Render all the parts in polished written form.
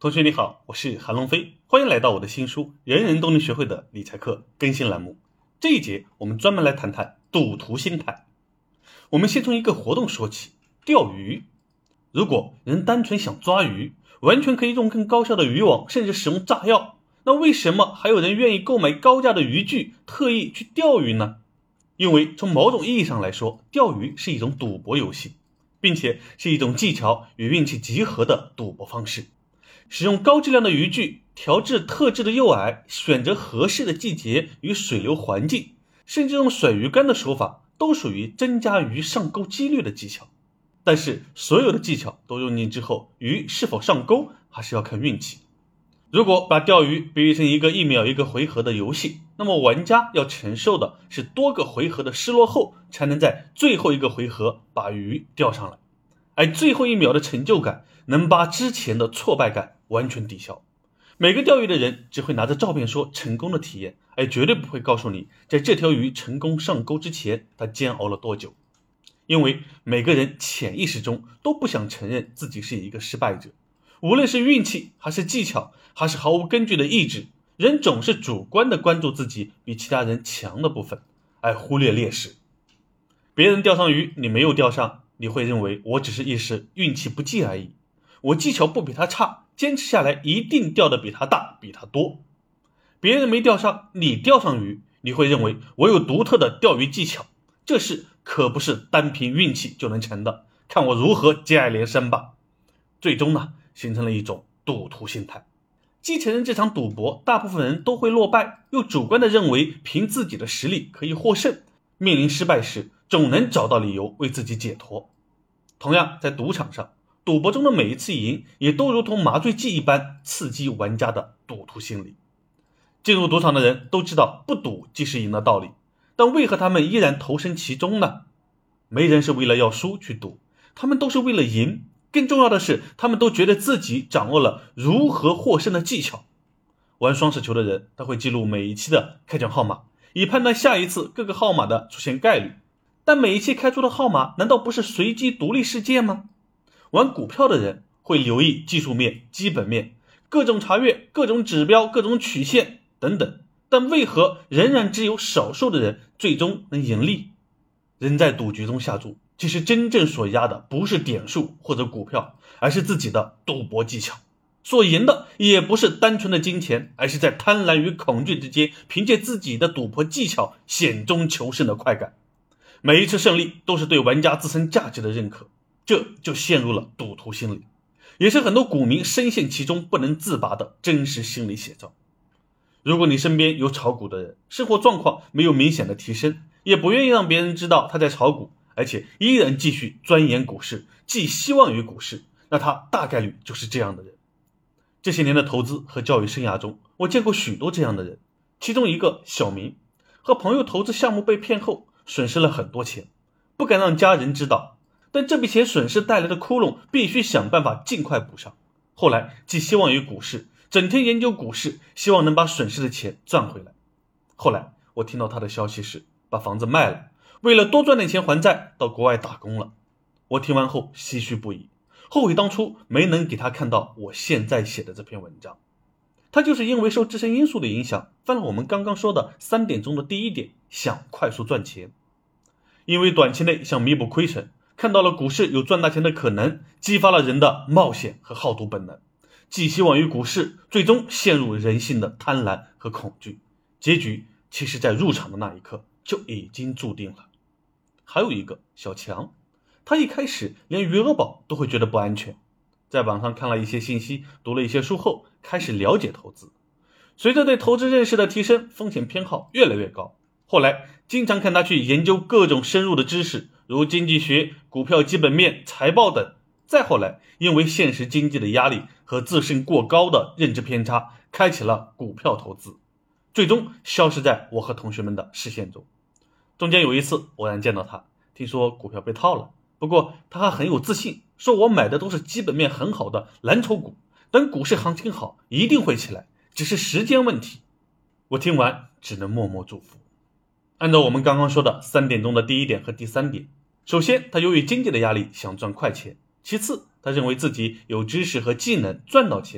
同学你好，我是韩龙飞，欢迎来到我的新书《人人都能学会的理财课》更新栏目。这一节我们专门来谈谈赌徒心态。我们先从一个活动说起，钓鱼。如果人单纯想抓鱼，完全可以用更高效的渔网，甚至使用炸药，那为什么还有人愿意购买高价的渔具，特意去钓鱼呢？因为从某种意义上来说，钓鱼是一种赌博游戏，并且是一种技巧与运气集合的赌博方式。使用高质量的渔具，调制特制的诱饵，选择合适的季节与水流环境，甚至用甩鱼竿的手法，都属于增加鱼上钩几率的技巧。但是所有的技巧都用尽之后，鱼是否上钩还是要看运气。如果把钓鱼比喻成一个1秒1个回合的游戏，那么玩家要承受的是多个回合的失落后，才能在最后一个回合把鱼钓上来，而最后1秒的成就感能把之前的挫败感完全抵消。每个钓鱼的人只会拿着照片说成功的体验，而绝对不会告诉你在这条鱼成功上钩之前他煎熬了多久。因为每个人潜意识中都不想承认自己是一个失败者，无论是运气还是技巧还是毫无根据的意志，人总是主观地关注自己比其他人强的部分，而忽略劣势。别人钓上鱼你没有钓上，你会认为我只是一时运气不济而已，我技巧不比他差，坚持下来一定钓得比他大比他多。别人没钓上，你钓上鱼，你会认为我有独特的钓鱼技巧，这事可不是单凭运气就能成的，看我如何接二连三吧。最终呢，形成了一种赌徒心态。既承认这场赌博大部分人都会落败，又主观地认为凭自己的实力可以获胜，面临失败时总能找到理由为自己解脱。同样在赌场上，赌博中的每一次赢也都如同麻醉剂一般刺激玩家的赌徒心理。进入赌场的人都知道不赌即是赢的道理，但为何他们依然投身其中呢？没人是为了要输去赌，他们都是为了赢。更重要的是，他们都觉得自己掌握了如何获胜的技巧。玩双色球的人，他会记录每一期的开奖号码，以判断下一次各个号码的出现概率。但每一期开出的号码难道不是随机独立事件吗？玩股票的人会留意技术面、基本面，各种查阅、各种指标、各种曲线等等，但为何仍然只有少数的人最终能盈利？人在赌局中下注，其实真正所压的不是点数或者股票，而是自己的赌博技巧。所赢的也不是单纯的金钱，而是在贪婪与恐惧之间，凭借自己的赌博技巧险中求胜的快感。每一次胜利都是对玩家自身价值的认可，这就陷入了赌徒心理，也是很多股民深陷其中不能自拔的真实心理写照。如果你身边有炒股的人，生活状况没有明显的提升，也不愿意让别人知道他在炒股，而且依然继续钻研股市，寄希望于股市，那他大概率就是这样的人。这些年的投资和教育生涯中，我见过许多这样的人。其中一个小明，和朋友投资项目被骗后，损失了很多钱，不敢让家人知道，但这笔钱损失带来的窟窿必须想办法尽快补上。后来寄希望于股市，整天研究股市，希望能把损失的钱赚回来。后来我听到他的消息是把房子卖了，为了多赚点钱还债，到国外打工了。我听完后唏嘘不已，后悔当初没能给他看到我现在写的这篇文章。他就是因为受自身因素的影响，犯了我们刚刚说的3点中的第1点，想快速赚钱。因为短期内想弥补亏损，看到了股市有赚大钱的可能，激发了人的冒险和好赌本能，寄希望于股市，最终陷入人性的贪婪和恐惧，结局其实在入场的那一刻就已经注定了。还有一个小强，他一开始连余额宝都会觉得不安全，在网上看了一些信息，读了一些书后，开始了解投资。随着对投资认识的提升，风险偏好越来越高。后来经常看他去研究各种深入的知识，如经济学、股票基本面、财报等。再后来因为现实经济的压力和自身过高的认知偏差，开启了股票投资，最终消失在我和同学们的视线中。中间有一次偶然见到他，听说股票被套了，不过他还很有自信，说我买的都是基本面很好的蓝筹股，等股市行情好一定会起来，只是时间问题。我听完只能默默祝福。按照我们刚刚说的3点中的第1点和第3点，首先他由于经济的压力想赚快钱，其次他认为自己有知识和技能赚到钱，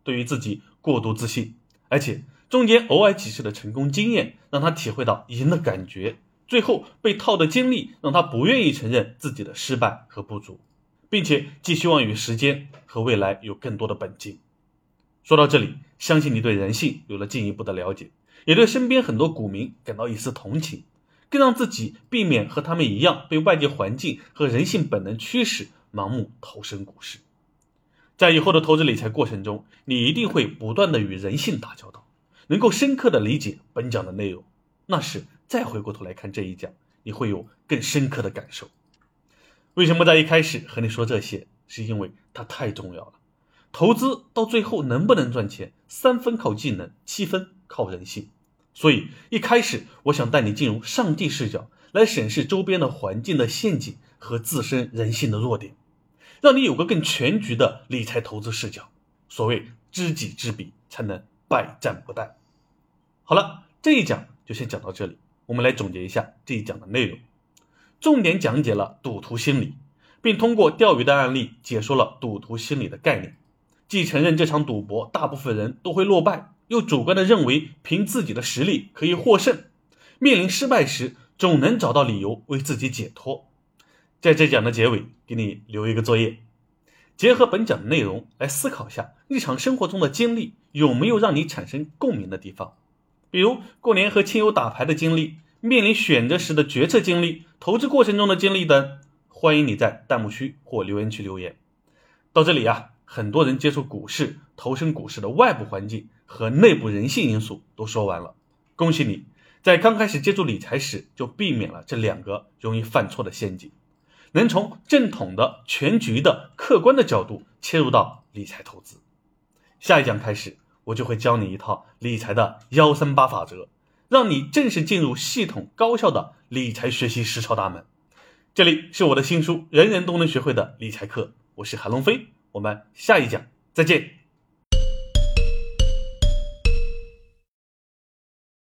对于自己过度自信，而且中间偶尔几次的成功经验让他体会到赢的感觉，最后被套的经历让他不愿意承认自己的失败和不足，并且寄希望于时间和未来有更多的本金。说到这里，相信你对人性有了进一步的了解，也对身边很多股民感到一丝同情，更让自己避免和他们一样被外界环境和人性本能驱使盲目投身股市。在以后的投资理财过程中，你一定会不断的与人性打交道，能够深刻的理解本讲的内容，那时再回过头来看这一讲，你会有更深刻的感受。为什么在一开始和你说这些，是因为它太重要了。投资到最后能不能赚钱，3分靠技能，7分靠人性。所以一开始我想带你进入上帝视角，来审视周边的环境的陷阱和自身人性的弱点，让你有个更全局的理财投资视角。所谓知己知彼，才能百战不殆。好了，这一讲就先讲到这里，我们来总结一下这一讲的内容。重点讲解了赌徒心理，并通过钓鱼的案例解说了赌徒心理的概念，既承认这场赌博大部分人都会落败，又主观的认为凭自己的实力可以获胜，面临失败时总能找到理由为自己解脱。在这讲的结尾给你留一个作业，结合本讲的内容来思考下日常生活中的经历有没有让你产生共鸣的地方，比如过年和亲友打牌的经历，面临选择时的决策经历，投资过程中的经历等，欢迎你在弹幕区或留言区留言。到这里很多人接触股市、投身股市的外部环境和内部人性因素都说完了，恭喜你，在刚开始接触理财时就避免了这2个容易犯错的陷阱，能从正统的、全局的、客观的角度切入到理财投资。下一讲开始，我就会教你一套理财的138法则，让你正式进入系统高效的理财学习实操大门。这里是我的新书《人人都能学会的理财课》，我是韩龙飞，我们下一讲再见。